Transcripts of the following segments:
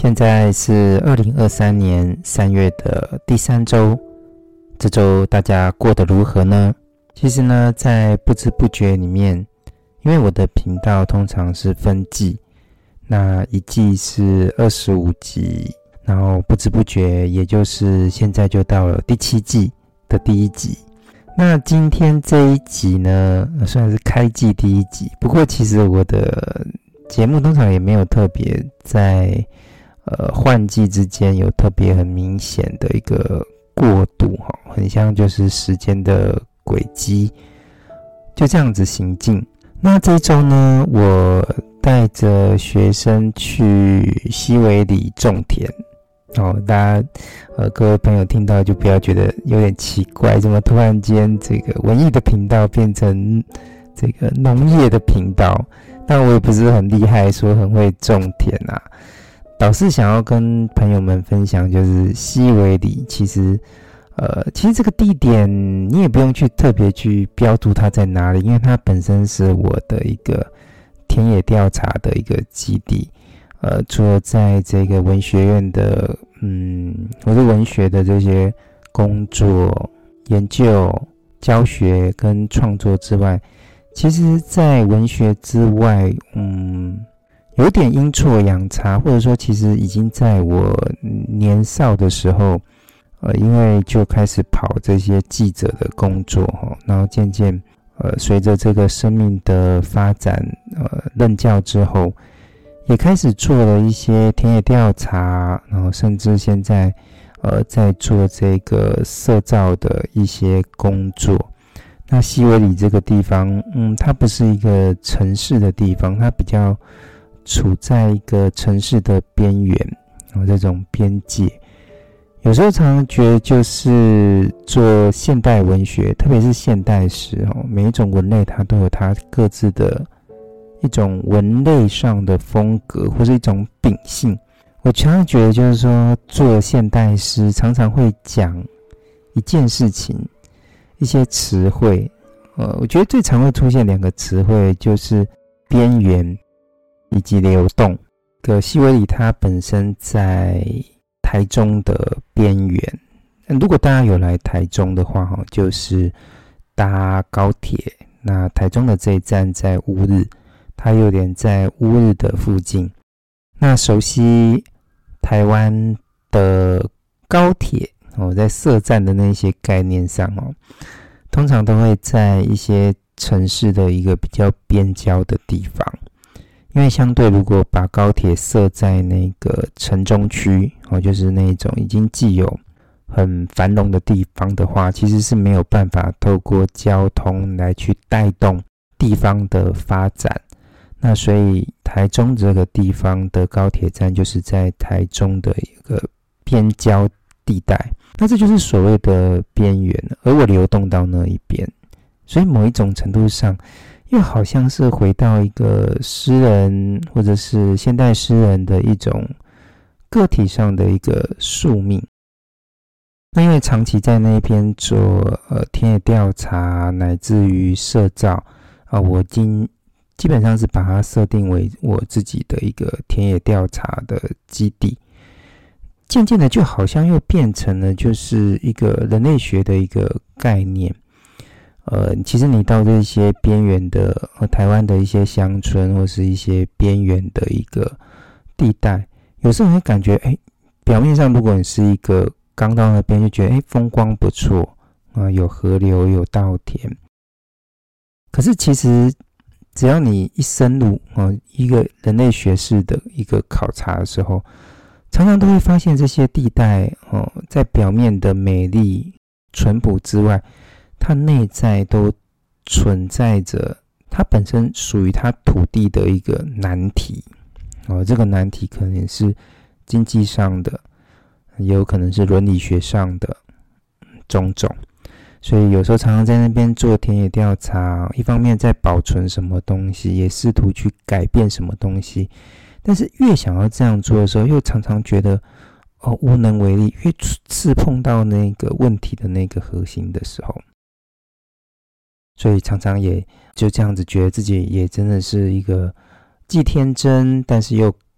现在是2023年3月的第3周，这周大家过得如何呢？其实呢，在不知不觉里面，因为我的频道通常是分季，那一季是25集，然后不知不觉也就是现在就到了第7季的第1集。那今天这一集呢，虽然是开季第1集，不过其实我的节目通常也没有特别在换季之间有特别很明显的一个过渡，很像就是时间的轨迹就这样子行进。那这一周呢，我带着学生去西尾里种田。大家各位朋友听到就不要觉得有点奇怪，怎么突然间这个文艺的频道变成这个农业的频道？但我也不是很厉害，说很会种田啊。导师想要跟朋友们分享，就是西尾里其实这个地点你也不用去特别去标注它在哪里，因为它本身是我的一个田野调查的一个基地。除了在这个文学院的我是文学的这些工作、研究、教学跟创作之外，其实在文学之外有点阴错阳差，或者说其实已经在我年少的时候因为就开始跑这些记者的工作然后渐渐随着这个生命的发展任教之后，也开始做了一些田野调查，然后甚至现在在做这个社造的一些工作。那西尾里这个地方它不是一个城市的地方，它比较处在一个城市的边缘这种边界。有时候常常觉得就是做现代文学，特别是现代诗每一种文类它都有它各自的一种文类上的风格或是一种秉性。我常常觉得就是说做现代诗常常会讲一件事情，一些词汇我觉得最常会出现2个词汇，就是边缘以及流动。西尾里它本身在台中的边缘，如果大家有来台中的话就是搭高铁，那台中的这一站在乌日，它有点在乌日的附近。那熟悉台湾的高铁在设站的那些概念上通常都会在一些城市的一个比较边郊的地方。因为相对如果把高铁设在那个城中区就是那种已经既有很繁荣的地方的话，其实是没有办法透过交通来去带动地方的发展。那所以台中这个地方的高铁站就是在台中的一个边郊地带，那这就是所谓的边缘，而我流动到那一边，所以某一种程度上又好像是回到一个诗人或者是现代诗人的一种个体上的一个宿命。那因为长期在那边做田野调查乃至于社造我基本上是把它设定为我自己的一个田野调查的基地，渐渐的就好像又变成了就是一个人类学的一个概念。其实你到这些边缘的台湾的一些乡村或是一些边缘的一个地带，有时候你会感觉表面上如果你是一个刚到那边就觉得风光不错有河流有稻田，可是其实只要你一深入一个人类学式的一个考察的时候，常常都会发现这些地带在表面的美丽淳朴之外，它内在都存在着它本身属于它土地的一个难题这个难题可能是经济上的，也有可能是伦理学上的种种。所以有时候常常在那边做田野调查，一方面在保存什么东西，也试图去改变什么东西，但是越想要这样做的时候，又常常觉得无能为力，越刺碰到那个问题的那个核心的时候，所以常常也就这样子觉得自己也真的是一个既天真但是又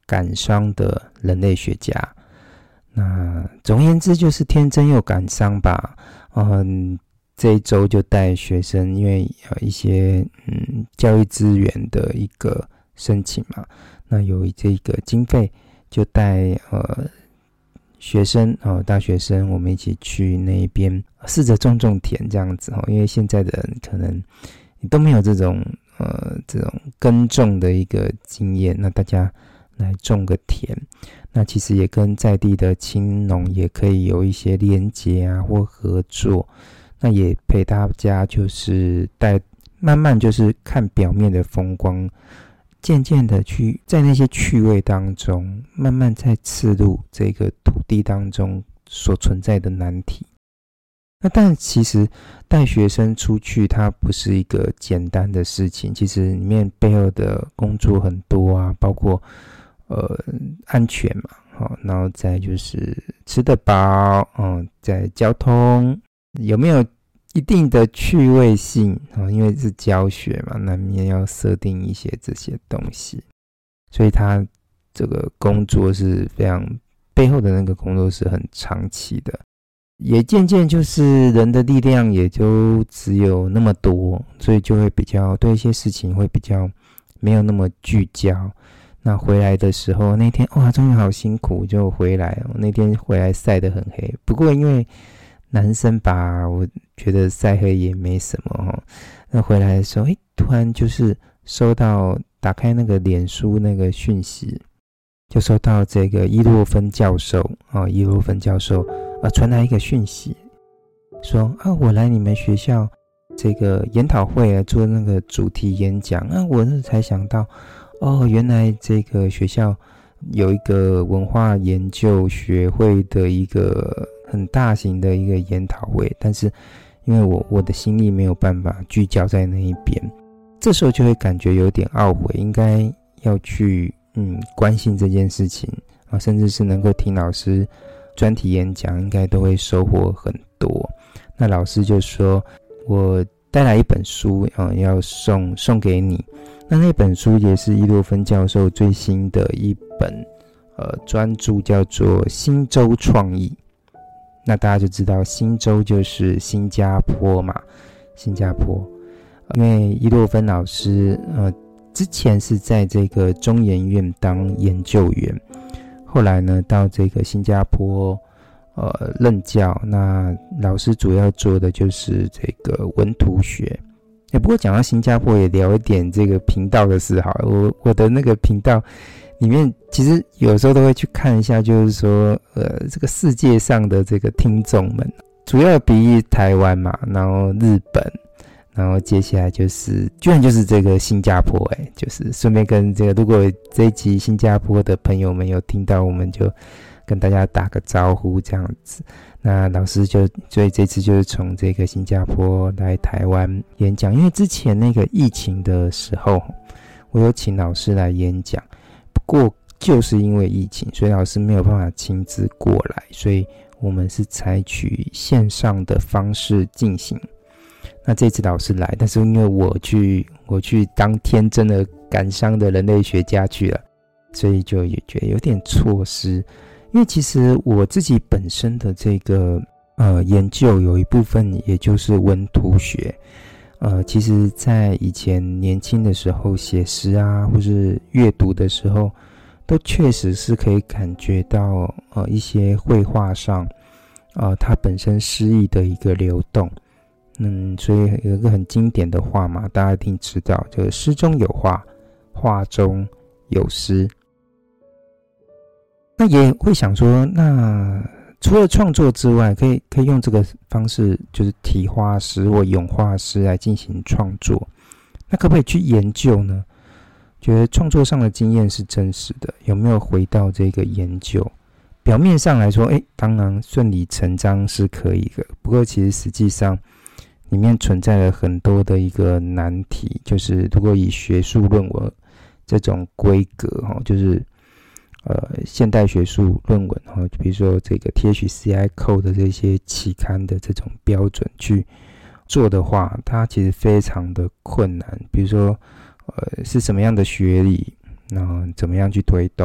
感伤的人类学家。那总而言之就是天真又感伤吧。这一周就带学生，因为有一些教育资源的一个申请嘛，那有这个经费，就带学生大学生，我们一起去那边试着种田这样子。因为现在的人可能都没有这种耕种的一个经验，那大家来种个田，那其实也跟在地的青农也可以有一些连结啊或合作，那也陪大家就是慢慢就是看表面的风光，渐渐的去在那些趣味当中慢慢在刺入这个土地当中所存在的难题。那但其实带学生出去它不是一个简单的事情，其实里面背后的工作很多啊，包括安全嘛，然后再就是吃得饱，在交通有没有一定的趣味性，因为是教学嘛，难免要设定一些这些东西，所以他这个工作是非常背后的那个工作是很长期的，也渐渐就是人的力量也就只有那么多，所以就会比较对一些事情会比较没有那么聚焦。那回来的时候，那天终于好辛苦就回来，那天回来晒得很黑，不过因为男生吧，我觉得晒黑也没什么那回来的时候，突然就是打开那个脸书那个讯息，就收到这个伊洛芬教授传来一个讯息，说我来你们学校这个研讨会做那个主题演讲我那才想到原来这个学校有一个文化研究学会的一个很大型的一个研讨会，但是因为我的心力没有办法聚焦在那一边，这时候就会感觉有点懊悔，应该要去关心这件事情甚至是能够听老师专题演讲，应该都会收获很多。那老师就说我带来一本书要送给你，那本书也是伊洛芬教授最新的一本专著，叫做《新洲创意》。那大家就知道新洲就是新加坡嘛，因为伊洛芬老师之前是在这个中研院当研究员，后来呢到这个新加坡任教，那老师主要做的就是这个文图学。不过讲到新加坡也聊一点这个频道的事好了，我的那个频道里面其实有时候都会去看一下，就是说这个世界上的这个听众们，主要比喻台湾嘛，然后日本，然后接下来就是居然就是这个新加坡就是顺便跟这个如果这一集新加坡的朋友们有听到，我们就跟大家打个招呼这样子。那老师所以这次就是从这个新加坡来台湾演讲，因为之前那个疫情的时候我有请老师来演讲，不过就是因为疫情，所以老师没有办法亲自过来，所以我们是采取线上的方式进行。那这次老师来，但是因为我去当天真的感伤的人类学家去了，所以就也觉得有点错失。因为其实我自己本身的这个研究有一部分也就是文图学，其实在以前年轻的时候写诗啊或是阅读的时候，都确实是可以感觉到一些绘画上它本身诗意的一个流动。所以有一个很经典的话嘛，大家一定知道，就是诗中有画，画中有诗。那也会想说，那除了创作之外，可以用这个方式，就是题画诗或咏画诗来进行创作。那可不可以去研究呢？觉得创作上的经验是真实的，有没有回到这个研究？表面上来说，当然顺理成章是可以的。不过其实实际上里面存在了很多的一个难题，就是如果以学术论文这种规格就是现代学术论文比如说这个 THCI Code 的这些期刊的这种标准去做的话，它其实非常的困难。比如说是什么样的学理，然后怎么样去推动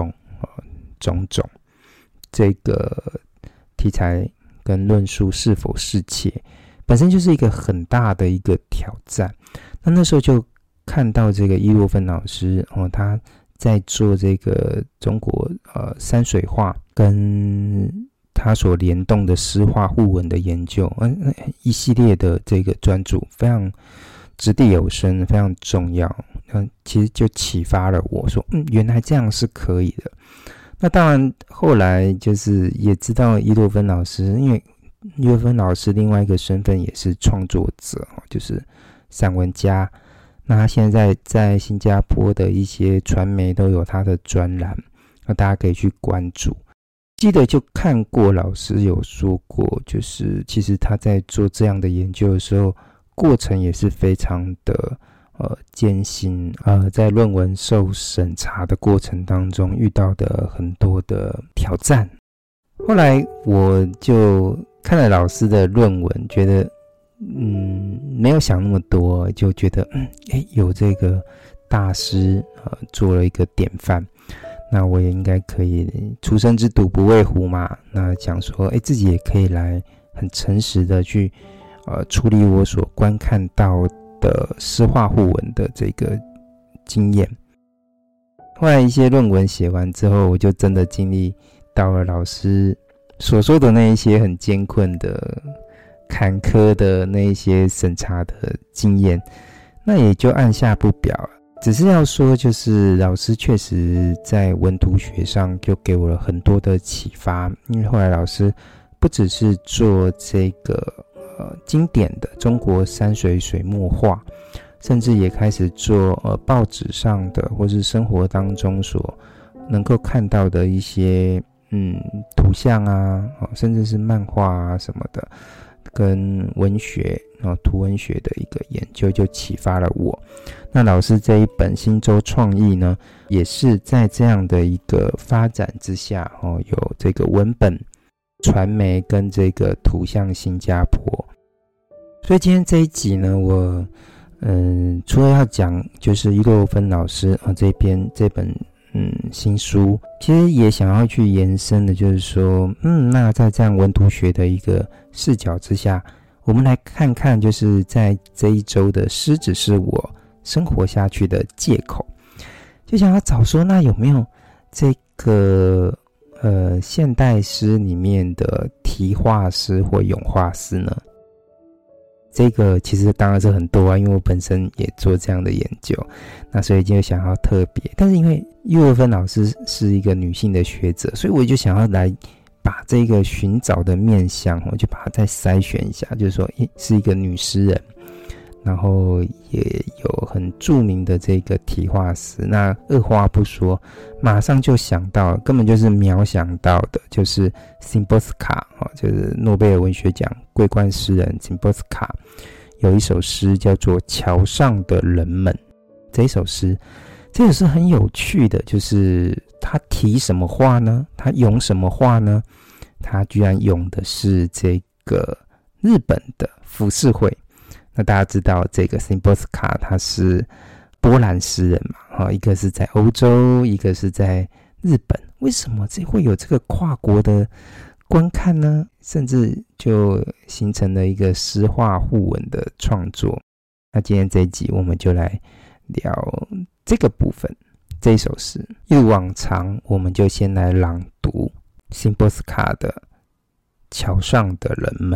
种种，这个题材跟论述是否适切，本身就是一个很大的一个挑战。那时候就看到这个伊洛芬老师他在做这个中国山水画跟他所联动的诗画互文的研究，一系列的这个专注非常掷地有声，非常重要。其实就启发了我说，原来这样是可以的。那当然后来就是也知道伊洛芬老师，因为伊洛芬老师另外一个身份也是创作者，就是散文家。那他现在在新加坡的一些传媒都有他的专栏，那大家可以去关注。记得就看过老师有说过，就是其实他在做这样的研究的时候，过程也是非常的艰辛，在论文受审查的过程当中遇到的很多的挑战。后来我就看了老师的论文，觉得没有想那么多，就觉得有这个大师做了一个典范，那我也应该可以，初生之犊不畏虎嘛，那讲说自己也可以来很诚实的去处理我所观看到的诗画互文的这个经验。后来一些论文写完之后，我就真的经历到了老师所说的那一些很艰困的坎坷的那一些审查的经验，那也就按下不表了。只是要说，就是老师确实在文图学上就给我了很多的启发，因为后来老师不只是做这个经典的中国山水水墨画，甚至也开始做报纸上的或是生活当中所能够看到的一些图像啊，甚至是漫画啊什么的，跟文学图文学的一个研究就启发了我。那老师这一本新洲创意呢，也是在这样的一个发展之下有这个文本传媒跟这个图像新加坡。所以今天这一集呢，我除了要讲就是伊洛芬老师这本新书，其实也想要去延伸的，就是说那在这样文图学的一个视角之下，我们来看看就是在这一周的诗只是我生活下去的借口，就想要找说那有没有这个现代诗里面的题画诗或咏画诗呢？这个其实当然是很多啊，因为我本身也做这样的研究，那所以就想要特别。但是因为伊洛芬老师是一个女性的学者，所以我就想要来把这个寻找的面向，我就把它再筛选一下，就是说是一个女诗人，然后也有很著名的这个题画师。那二话不说，马上就想到，根本就是秒想到的，就是 Szymborska， 就是诺贝尔文学奖桂冠诗人 Szymborska 有一首诗叫做《桥上的人们》。这首诗很有趣的，就是他题什么画呢？他咏什么画呢？他居然咏的是这个日本的浮世绘。那大家知道这个 Szymborska 他是波兰诗人嘛，一个是在欧洲，一个是在日本。为什么会有这个跨国的观看呢？甚至就形成了一个诗画互文的创作。那今天这一集我们就来聊这个部分，这一首诗。一如往常，我们就先来朗读 Szymborska 的《桥上的人们》。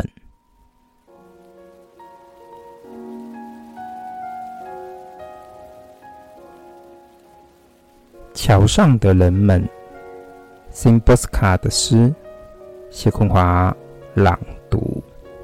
桥上的人们， Szymborska 的诗，谢坤华朗读。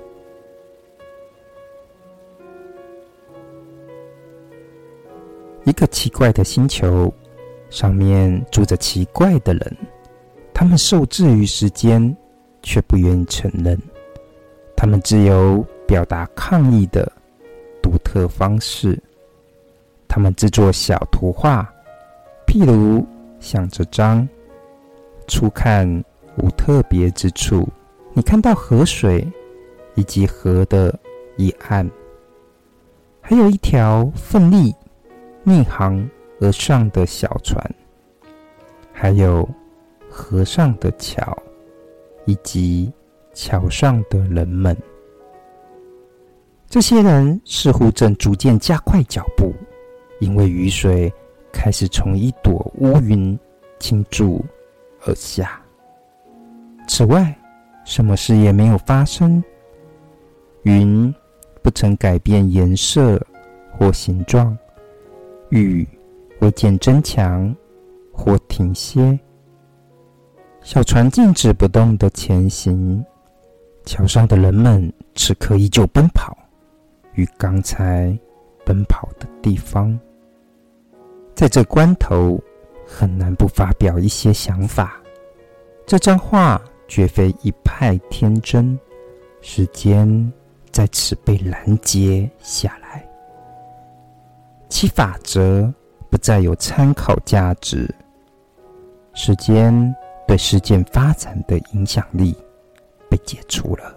一个奇怪的星球，上面住着奇怪的人，他们受制于时间，却不愿意承认，他们只有表达抗议的独特方式。他们制作小图画，譬如像这张，初看无特别之处，你看到河水以及河的一岸，还有一条奋力逆航而上的小船，还有河上的桥，以及桥上的人们。这些人似乎正逐渐加快脚步，因为雨水开始从一朵乌云倾注而下。此外，什么事也没有发生，云不曾改变颜色或形状，雨未见增强或停歇。小船静止不动地前行，桥上的人们此刻依旧奔跑，与刚才奔跑的地方。在这关头，很难不发表一些想法。这张画绝非一派天真，时间在此被拦截下来，其法则不再有参考价值。时间对事件发展的影响力被解除了。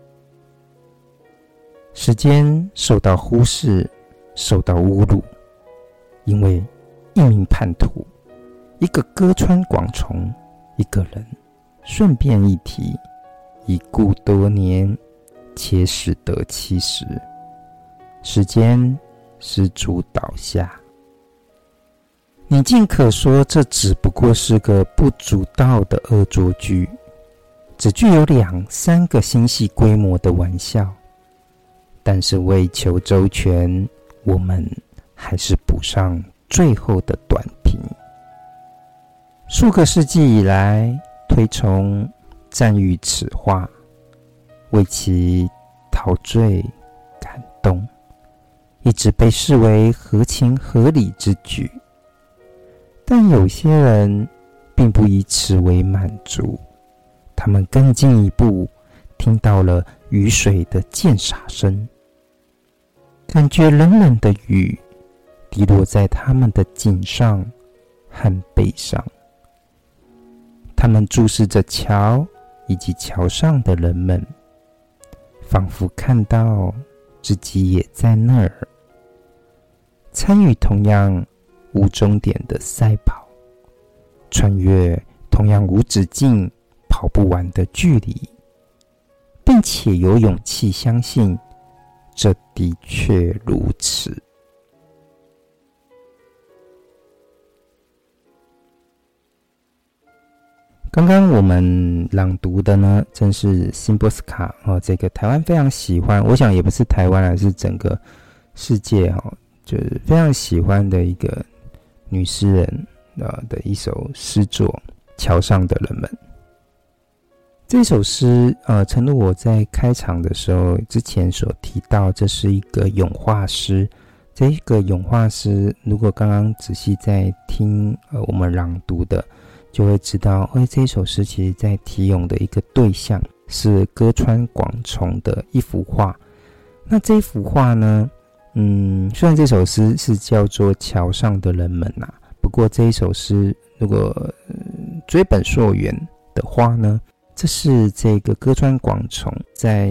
时间受到忽视，受到侮辱，因为一名叛徒，一个歌川广重，一个人。顺便一提，已故多年，且始得其时，时间失足倒下。你尽可说这只不过是个不足道的恶作剧，只具有2-3个星系规模的玩笑，但是为求周全，我们还是补上最后的短评。数个世纪以来，推崇赞誉此画，为其陶醉感动，一直被视为合情合理之举。但有些人并不以此为满足，他们更进一步，听到了雨水的溅洒声，感觉冷冷的雨滴落在他们的颈上和背上。他们注视着桥以及桥上的人们，仿佛看到自己也在那儿，参与同样无终点的赛跑，穿越同样无止境跑不完的距离，并且有勇气相信这的确如此。刚刚我们朗读的呢，正是辛波斯卡这个台湾非常喜欢，我想也不是台湾，而是整个世界就是非常喜欢的一个女诗人的一首诗作《桥上的人们》。这首诗诚如我在开场的时候之前所提到，这是一个咏画诗。这个咏画诗，如果刚刚仔细在听我们朗读的，就会知道，这首诗其实在题咏的一个对象是歌川广重的一幅画。那这幅画呢，虽然这首诗是叫做《桥上的人们》不过这一首诗如果追本溯源的话呢，这是这个歌川广重在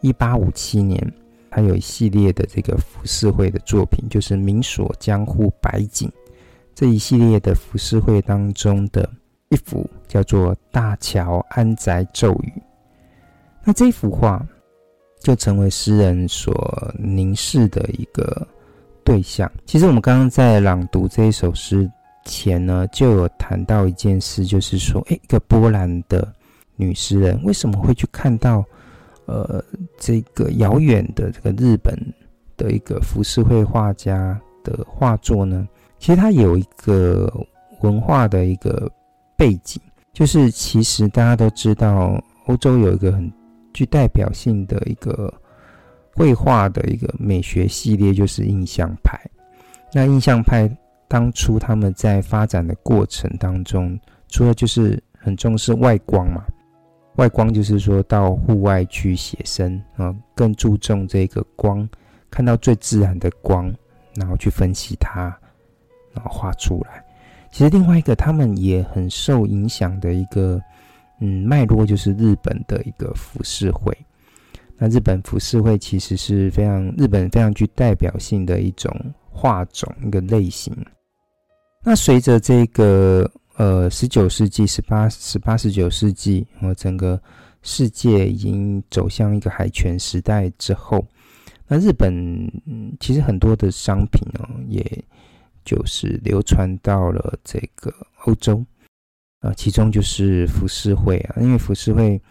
1857年，他有一系列的这个浮世绘的作品，就是明锁江户百景这一系列的浮世绘当中的一幅叫做《大桥安宅咒语》。那这幅画就成为诗人所凝视的一个对象。其实我们刚刚在朗读这一首诗前呢，就有谈到一件事，就是说一个波兰的女诗人为什么会去看到这个遥远的这个日本的一个浮世绘画家的画作呢？其实它有一个文化的一个背景，就是其实大家都知道欧洲有一个很具代表性的一个绘画的一个美学系列，就是印象派。那印象派当初他们在发展的过程当中，除了就是很重视外光嘛，外光就是说到户外去写生更注重这个光，看到最自然的光，然后去分析它，然后画出来。其实另外一个他们也很受影响的一个脉络，就是日本的一个浮世绘。那日本浮世绘其实是日本非常具代表性的一种画种，一个类型。那随着这个 19世纪18、19世纪，整个世界已经走向一个海权时代之后，那日本其实很多的商品也就是流传到了这个欧洲，其中就是浮世绘因为浮世绘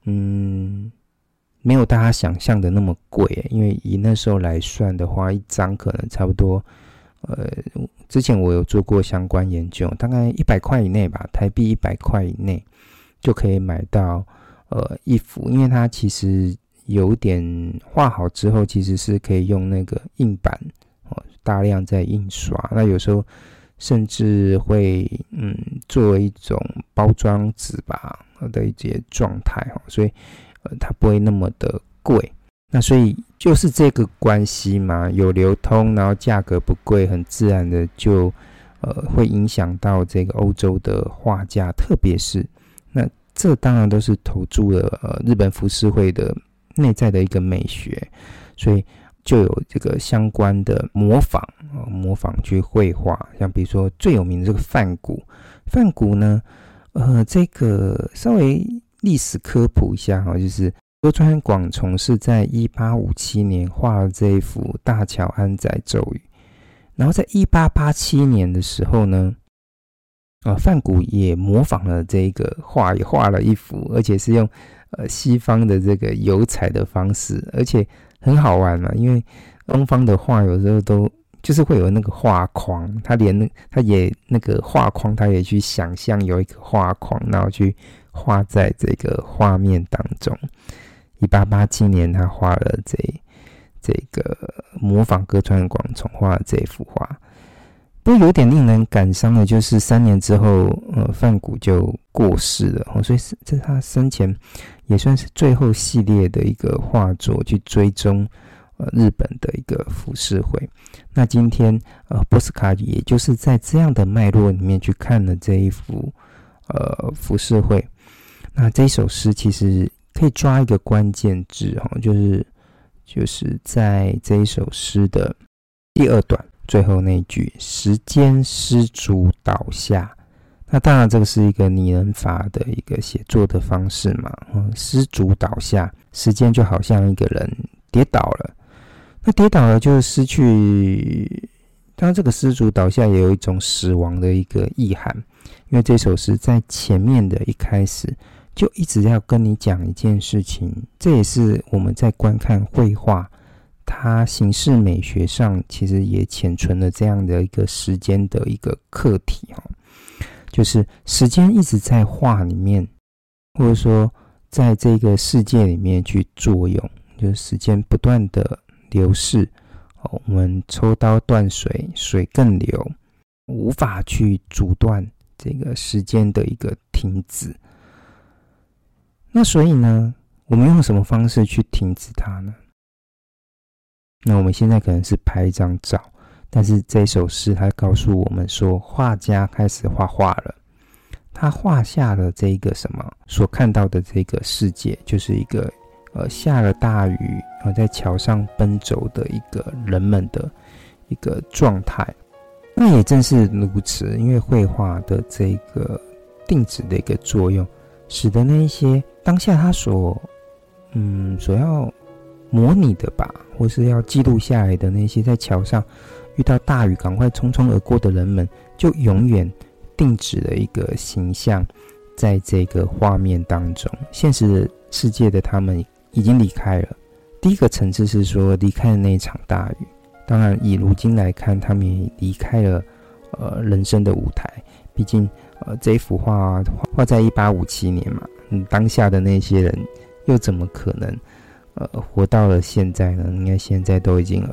没有大家想象的那么贵，因为以那时候来算的话，一张可能差不多之前我有做过相关研究，大概100块以内吧，台币100块以内就可以买到一幅，因为它其实有点画好之后，其实是可以用那个印版大量在印刷，那有时候甚至会作为一种包装纸吧的一些状态，所以它不会那么的贵。那所以就是这个关系嘛，有流通，然后价格不贵，很自然的就会影响到这个欧洲的画价，特别是那这当然都是投注了日本浮世绘的内在的一个美学，所以就有这个相关的模仿去绘画，像比如说最有名的这个梵谷呢，这个稍微历史科普一下就是歌川广重是在1857年画了这一幅大桥安宅咒语，然后在1887年的时候呢，梵谷也模仿了这个画，也画了一幅，而且是用西方的这个油彩的方式，而且很好玩嘛，因为东方的画有时候都就是会有那个画框，他也那个画框，他也去想象有一个画框，然后去画在这个画面当中。1887年他画了这个模仿歌川广重画的这幅画，不过有点令人感伤的就是3年之后梵谷就过世了，所以这他生前也算是最后系列的一个画作去追踪日本的一个浮世绘。那今天波斯卡也就是在这样的脉络里面去看了这一幅浮世绘。那这一首诗其实可以抓一个关键字就是在这一首诗的第2段最后那一句时间失足倒下。那当然这个是一个拟人法的一个写作的方式嘛，失足倒下，时间就好像一个人跌倒了，那跌倒了就是失去，当然这个失足倒下也有一种死亡的一个意涵，因为这首诗在前面的一开始就一直要跟你讲一件事情，这也是我们在观看绘画它形式美学上其实也潜存了这样的一个时间的一个课题，就是时间一直在画里面，或者说在这个世界里面去作用，就是时间不断的流逝，我们抽刀断水，水更流，无法去阻断这个时间的一个停止。那所以呢，我们用什么方式去停止它呢？那我们现在可能是拍一张照，但是这首诗它告诉我们说，画家开始画画了，他画下了这个什么所看到的这个世界，就是一个下了大雨在桥上奔走的一个人们的一个状态。那也正是如此，因为绘画的这个定止的一个作用，使得那一些当下他所要模拟的吧，或是要记录下来的那些在桥上遇到大雨赶快匆匆而过的人们，就永远定止了一个形象在这个画面当中。现实世界的他们已经离开了，第一个层次是说离开了那一场大雨，当然以如今来看，他们也离开了人生的舞台。毕竟这一幅画画在1857年嘛，当下的那些人又怎么可能活到了现在呢？应该现在都已经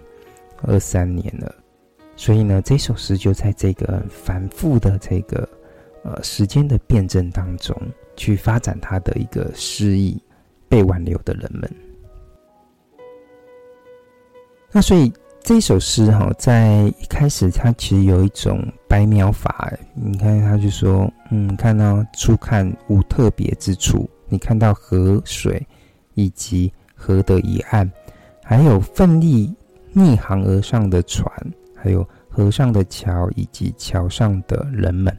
2023年了。所以呢，这首诗就在这个反复的这个时间的辩证当中去发展它的一个诗意，被挽留的人们。那所以这首诗在一开始它其实有一种白描法，你看他就说看到初看无特别之处，你看到河水以及河的一岸，还有奋力逆航而上的船，还有河上的桥以及桥上的人们，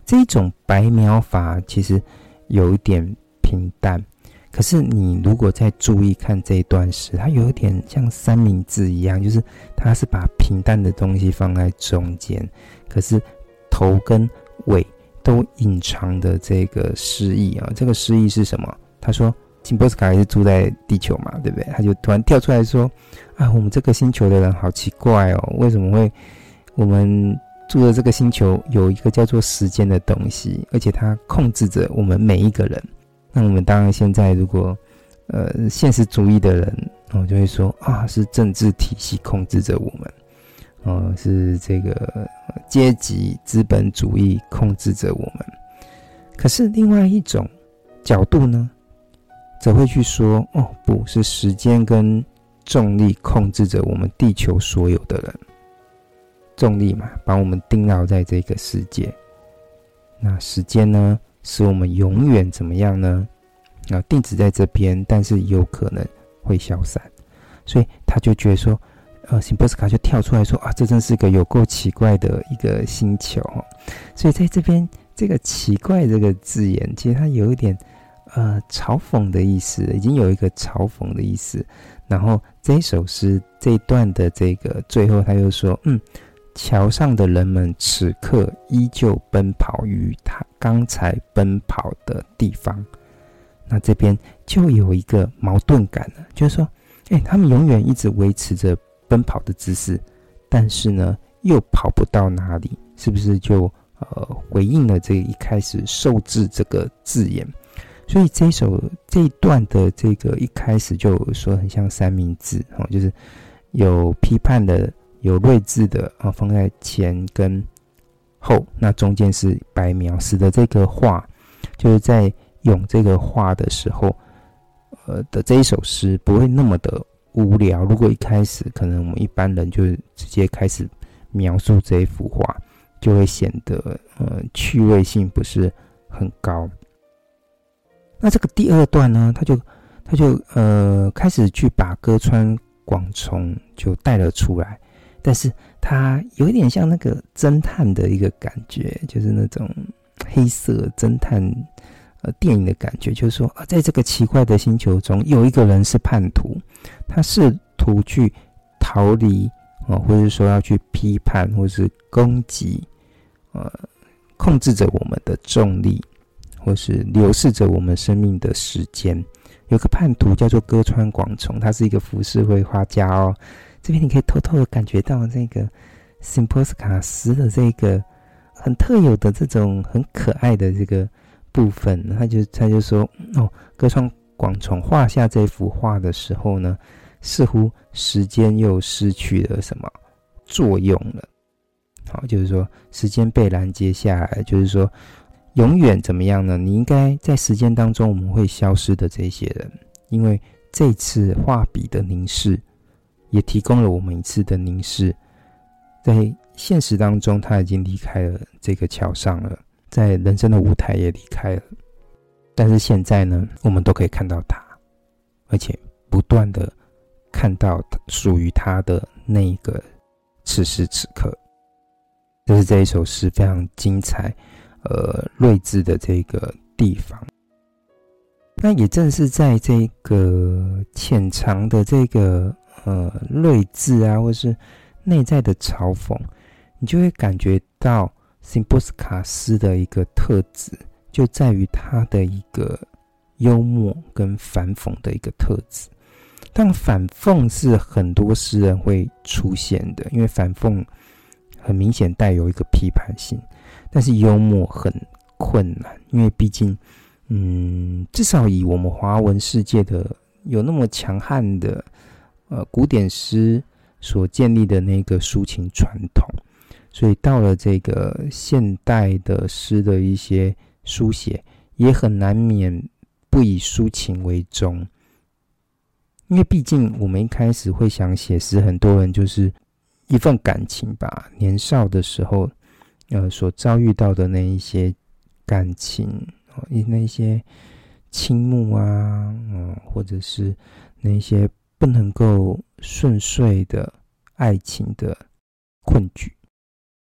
这一种白描法其实有一点平淡，可是你如果再注意看这一段诗，它有一点像三明治一样，就是它是把平淡的东西放在中间，可是头跟尾都隐藏的这个诗意啊。这个诗意是什么？他说辛波斯卡也是住在地球嘛，对不对？他就突然跳出来说啊，我们这个星球的人好奇怪哦，为什么会我们住的这个星球有一个叫做时间的东西，而且它控制着我们每一个人。那我们当然现在如果现实主义的人就会说啊，是政治体系控制着我们，是这个阶级资本主义控制着我们。可是另外一种角度呢，则会去说不是时间跟重力控制着我们地球所有的人。重力嘛，把我们钉牢在这个世界。那时间呢，使我们永远怎么样呢？定止在这边，但是有可能会消散。所以他就觉得说，辛波斯卡就跳出来说啊，这真是个有够奇怪的一个星球。所以在这边这个奇怪这个字眼，其实它有一点嘲讽的意思，已经有一个嘲讽的意思。然后这一首诗这一段的这个最后，他又说，桥上的人们此刻依旧奔跑于他刚才奔跑的地方。那这边就有一个矛盾感了，就是说他们永远一直维持着奔跑的姿势，但是呢又跑不到哪里，是不是就回应了这一开始受制这个字眼。所以这一段的这个一开始就说很像三明治，就是有批判的有睿智的放在前跟后，那中间是白描，使得这个画就是在用这个画的时候的这一首诗不会那么的无聊。如果一开始可能我们一般人就直接开始描述这一幅画，就会显得趣味性不是很高。那这个第二段呢，他就开始去把歌川广重就带了出来，但是他有一点像那个侦探的一个感觉，就是那种黑色侦探电影的感觉，就是说在这个奇怪的星球中，有一个人是叛徒，他试图去逃离或者说要去批判或是攻击控制着我们的重力，或是流逝着我们生命的时间。有个叛徒叫做歌川广重，他是一个浮世绘画家哦。这边你可以偷偷的感觉到这个辛波斯卡诗的这个很特有的这种很可爱的这个部分。他就说歌川广重画下这幅画的时候呢，似乎时间又失去了什么作用了。好，就是说时间被拦截下来，就是说永远怎么样呢？你应该在时间当中我们会消失的这些人，因为这次画笔的凝视也提供了我们一次的凝视。在现实当中他已经离开了这个桥上了，在人生的舞台也离开了，但是现在呢，我们都可以看到他，而且不断的看到属于他的那一个此时此刻。这是这一首诗非常精彩睿智的这个地方。那也正是在这个潜藏的这个睿智啊，或是内在的嘲讽，你就会感觉到辛波斯卡诗的一个特质，就在于他的一个幽默跟反讽的一个特质。但反讽是很多诗人会出现的，因为反讽很明显带有一个批判性，但是幽默很困难，因为毕竟至少以我们华文世界的有那么强悍的古典诗所建立的那个抒情传统，所以到了这个现代的诗的一些书写，也很难免不以抒情为宗。因为毕竟我们一开始会想写诗，很多人就是一份感情吧，年少的时候所遭遇到的那一些感情，那一些倾慕啊，或者是那一些不能够顺遂的爱情的困局，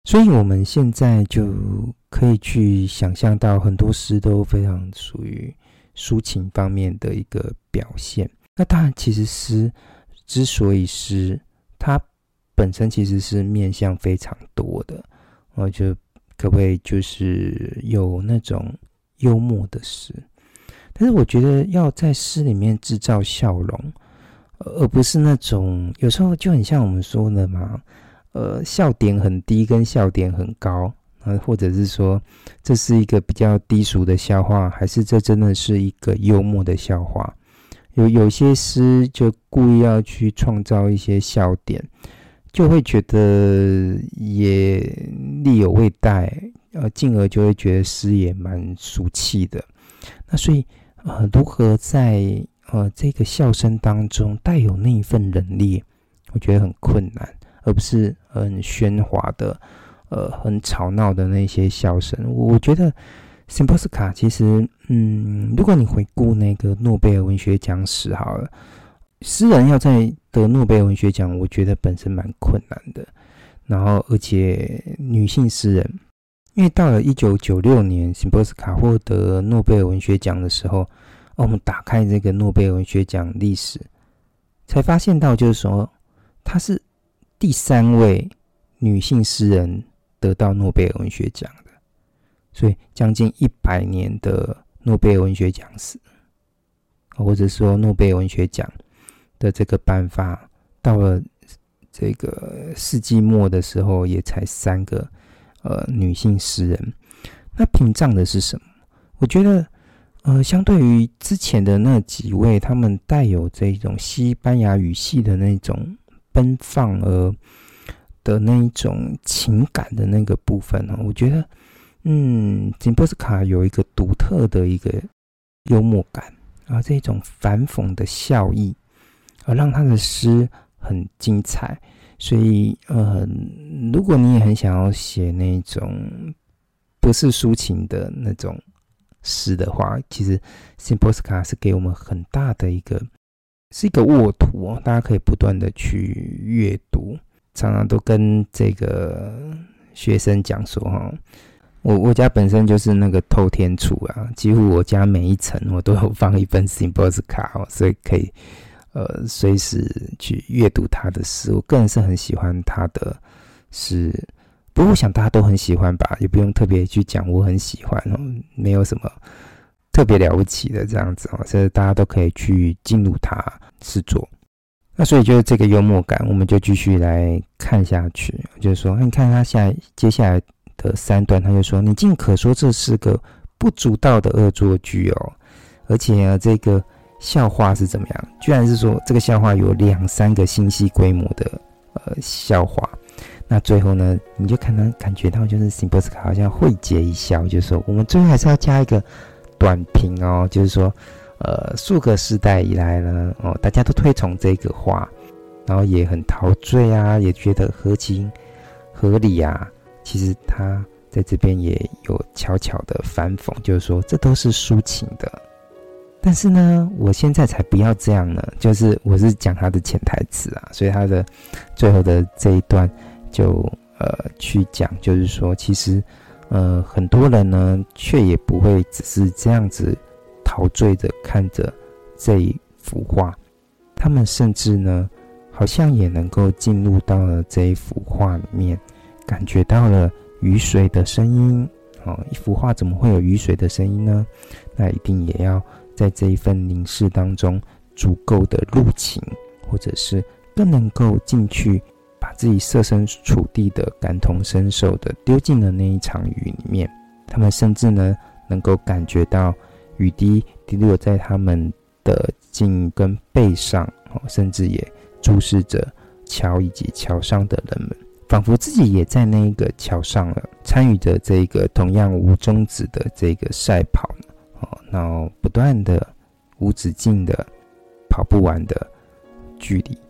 所以我们现在就可以去想象到很多诗都非常属于抒情方面的一个表现。那当然其实诗之所以诗，它本身其实是面向非常多的，就可不可以就是有那种幽默的诗，但是我觉得要在诗里面制造笑容，而不是那种有时候就很像我们说的嘛，笑点很低跟笑点很高，或者是说这是一个比较低俗的笑话，还是这真的是一个幽默的笑话。有些诗就故意要去创造一些笑点，就会觉得也力有未逮，进而就会觉得诗也蛮俗气的。那所以如何在这个笑声当中带有那一份冷冽，我觉得很困难，而不是很喧哗的很吵闹的那些笑声。我觉得辛波斯卡其实如果你回顾那个诺贝尔文学奖史好了，诗人要在得诺贝尔文学奖，我觉得本身蛮困难的。然后而且女性诗人，因为到了1996年辛波斯卡获得诺贝尔文学奖的时候，我们打开这个诺贝尔文学奖历史，才发现到就是说她是第3位女性诗人得到诺贝尔文学奖的。所以将近100年的诺贝尔文学奖史，或者说诺贝尔文学奖的这个颁发，到了这个世纪末的时候也才3个女性诗人。那屏障的是什么？我觉得相对于之前的那几位，他们带有这种西班牙语系的那种奔放的那一种情感的那个部分，我觉得辛波斯卡有一个独特的一个幽默感这种反讽的笑意，让他的诗很精彩。所以如果你也很想要写那种不是抒情的那种诗的话，其实辛波斯卡是给我们很大的一个沃土大家可以不断的去阅读。常常都跟这个学生讲说我家本身就是那个透天厝几乎我家每一层我都有放一本辛波斯卡所以可以随时去阅读他的诗。我个人是很喜欢他的诗，不过我想大家都很喜欢吧，也不用特别去讲我很喜欢没有什么特别了不起的这样子所以大家都可以去进入他诗作。那所以就是这个幽默感，我们就继续来看下去。就是说，你看他接下来的3段，他就说：“你尽可说这是个不足道的恶作剧而且这个笑话是怎么样？居然是说这个笑话有2-3个星系规模的笑话。那最后呢，你就感觉到就是辛波斯卡好像会结一笑，就是说我们最后还是要加一个短评就是说。”数个世代以来呢，大家都推崇这个话，然后也很陶醉也觉得合情合理其实他在这边也有悄悄的反讽，就是说这都是抒情的。但是呢，我现在才不要这样呢，就是我是讲他的潜台词所以他的最后的这一段就去讲，就是说其实很多人呢，却也不会只是这样子。陶醉着看着这一幅画，他们甚至呢，好像也能够进入到了这一幅画里面，感觉到了雨水的声音一幅画怎么会有雨水的声音呢？那一定也要在这一份凝视当中足够的入情，或者是更能够进去把自己设身处地的感同身受的丢进了那一场雨里面。他们甚至呢，能够感觉到雨滴滴落在他们的颈跟背上甚至也注视着桥以及桥上的人们，仿佛自己也在那个桥上了，参与着这个同样无终止的这个赛跑然后不断的无止境的跑不完的距离。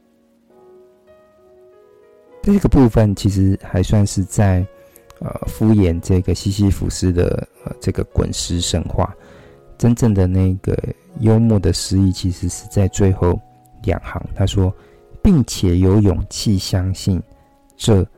这个部分其实还算是在敷衍这个西西弗斯的这个滚石神话。真正的那个幽默的诗意其实是在最后2行，他说并且有勇气相信这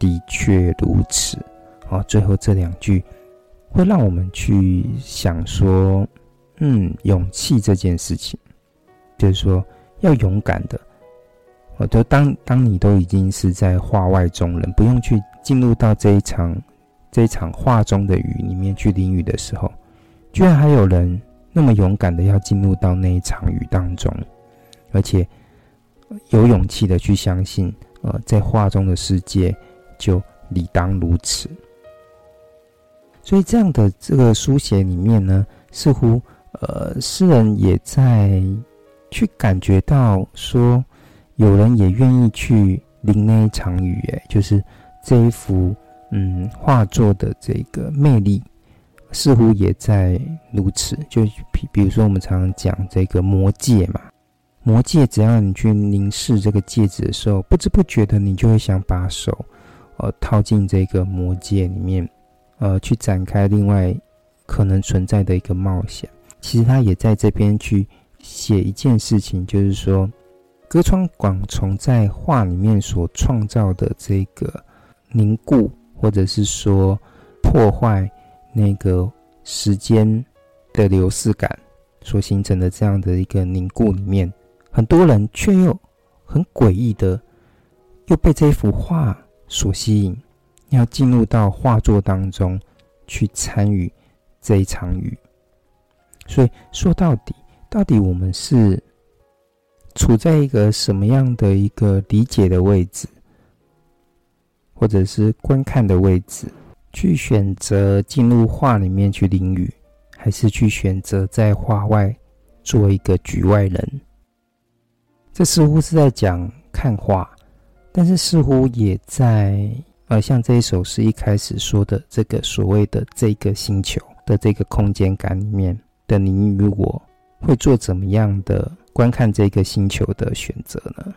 的确如此。最后这2句会让我们去想说，勇气这件事情，就是说要勇敢的。就当你都已经是在画外中人，不用去进入到这一场画中的雨里面去淋雨的时候，居然还有人那么勇敢的要进入到那一场雨当中，而且有勇气的去相信，在画中的世界就理当如此。所以这样的这个书写里面呢，似乎诗人也在去感觉到说，有人也愿意去淋那一场雨，就是这一幅画作的这个魅力似乎也在如此。就比如说我们常常讲这个魔戒嘛，魔戒只要你去凝视这个戒指的时候，不知不觉的你就会想把手套进这个魔戒里面，去展开另外可能存在的一个冒险。其实他也在这边去写一件事情，就是说歌川广重在画里面所创造的这个凝固，或者是说破坏那个时间的流逝感所形成的这样的一个凝固里面，很多人却又很诡异的又被这幅画所吸引，要进入到画作当中去参与这一场雨。所以说到底我们是处在一个什么样的一个理解的位置，或者是观看的位置，去选择进入画里面去淋雨，还是去选择在画外做一个局外人？这似乎是在讲看画，但是似乎也在像这一首诗一开始说的这个所谓的这个星球的这个空间感里面的你与我，会做怎么样的观看这个星球的选择呢？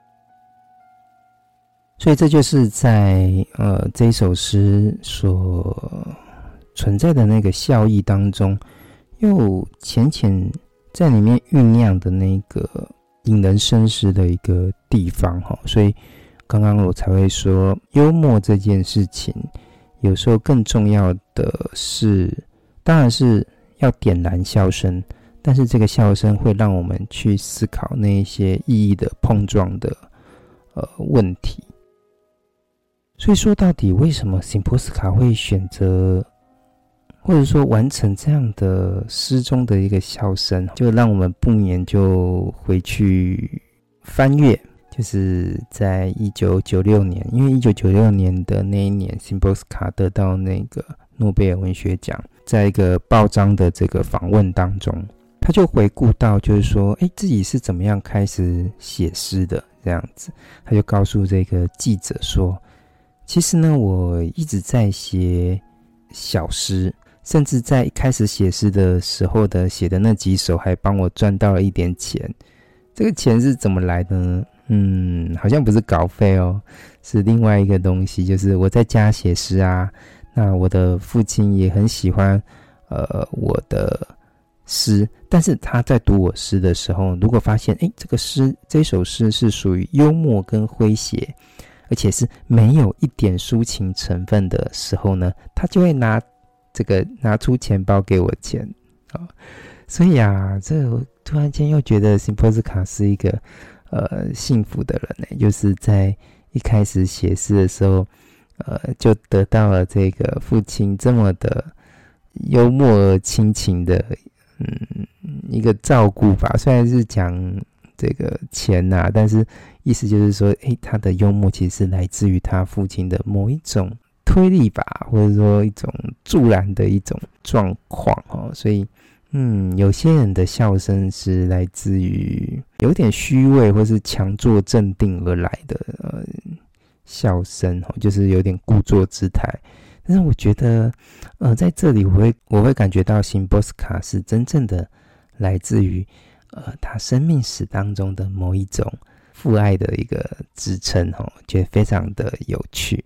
所以这就是在这一首诗所存在的那个效益当中，又浅浅在里面酝酿的那个引人深思的一个地方。所以刚刚我才会说，幽默这件事情有时候更重要的是，当然是要点燃笑声，但是这个笑声会让我们去思考那一些意义的碰撞的问题。所以说到底，为什么辛波斯卡会选择或者说完成这样的诗中的一个笑声，就让我们不免就回去翻阅，就是在1996年，因为1996年的那一年，辛波斯卡得到那个诺贝尔文学奖，在一个报章的这个访问当中，他就回顾到，就是说自己是怎么样开始写诗的这样子。他就告诉这个记者说，其实呢，我一直在写小诗，甚至在一开始写诗的时候的写的那几首还帮我赚到了一点钱。这个钱是怎么来的呢？好像不是稿费哦，是另外一个东西，就是我在家写诗啊，那我的父亲也很喜欢我的诗，但是他在读我诗的时候，如果发现这首诗是属于幽默跟诙谐，而且是没有一点抒情成分的时候呢，他就会拿出钱包给我钱。所以这我突然间又觉得辛波斯卡是一个幸福的人，就是在一开始写诗的时候就得到了这个父亲这么的幽默而亲情的一个照顾吧。虽然是讲这个钱但是意思就是说他的幽默其实是来自于他父亲的某一种推力吧，或者说一种助燃的一种状况所以有些人的笑声是来自于有点虚伪或是强作镇定而来的笑声就是有点故作姿态。但是我觉得在这里我会感觉到辛波斯卡是真正的来自于他生命史当中的某一种父爱的一个支撑觉得非常的有趣。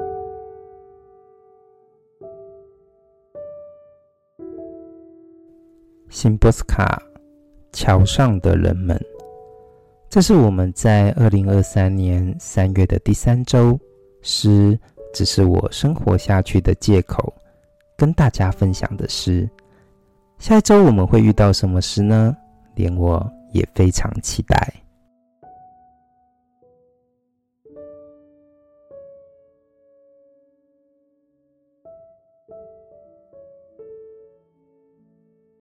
辛波斯卡桥上的人们，这是我们在2023年3月的第3周诗只是我生活下去的借口，跟大家分享的诗。下一周我们会遇到什么诗呢？连我也非常期待。